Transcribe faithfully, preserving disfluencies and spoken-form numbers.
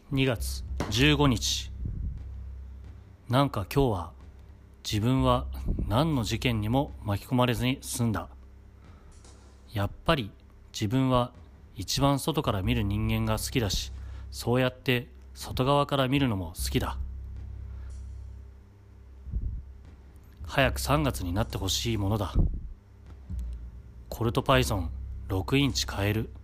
にがつじゅうごにち。なんか今日は自分は何の事件にも巻き込まれずに済んだ。やっぱり自分は一番外から見る人間が好きだし、そうやって外側から見るのも好きだ。早くさんがつになってほしいものだ。コルトパイソンろくインチ買える。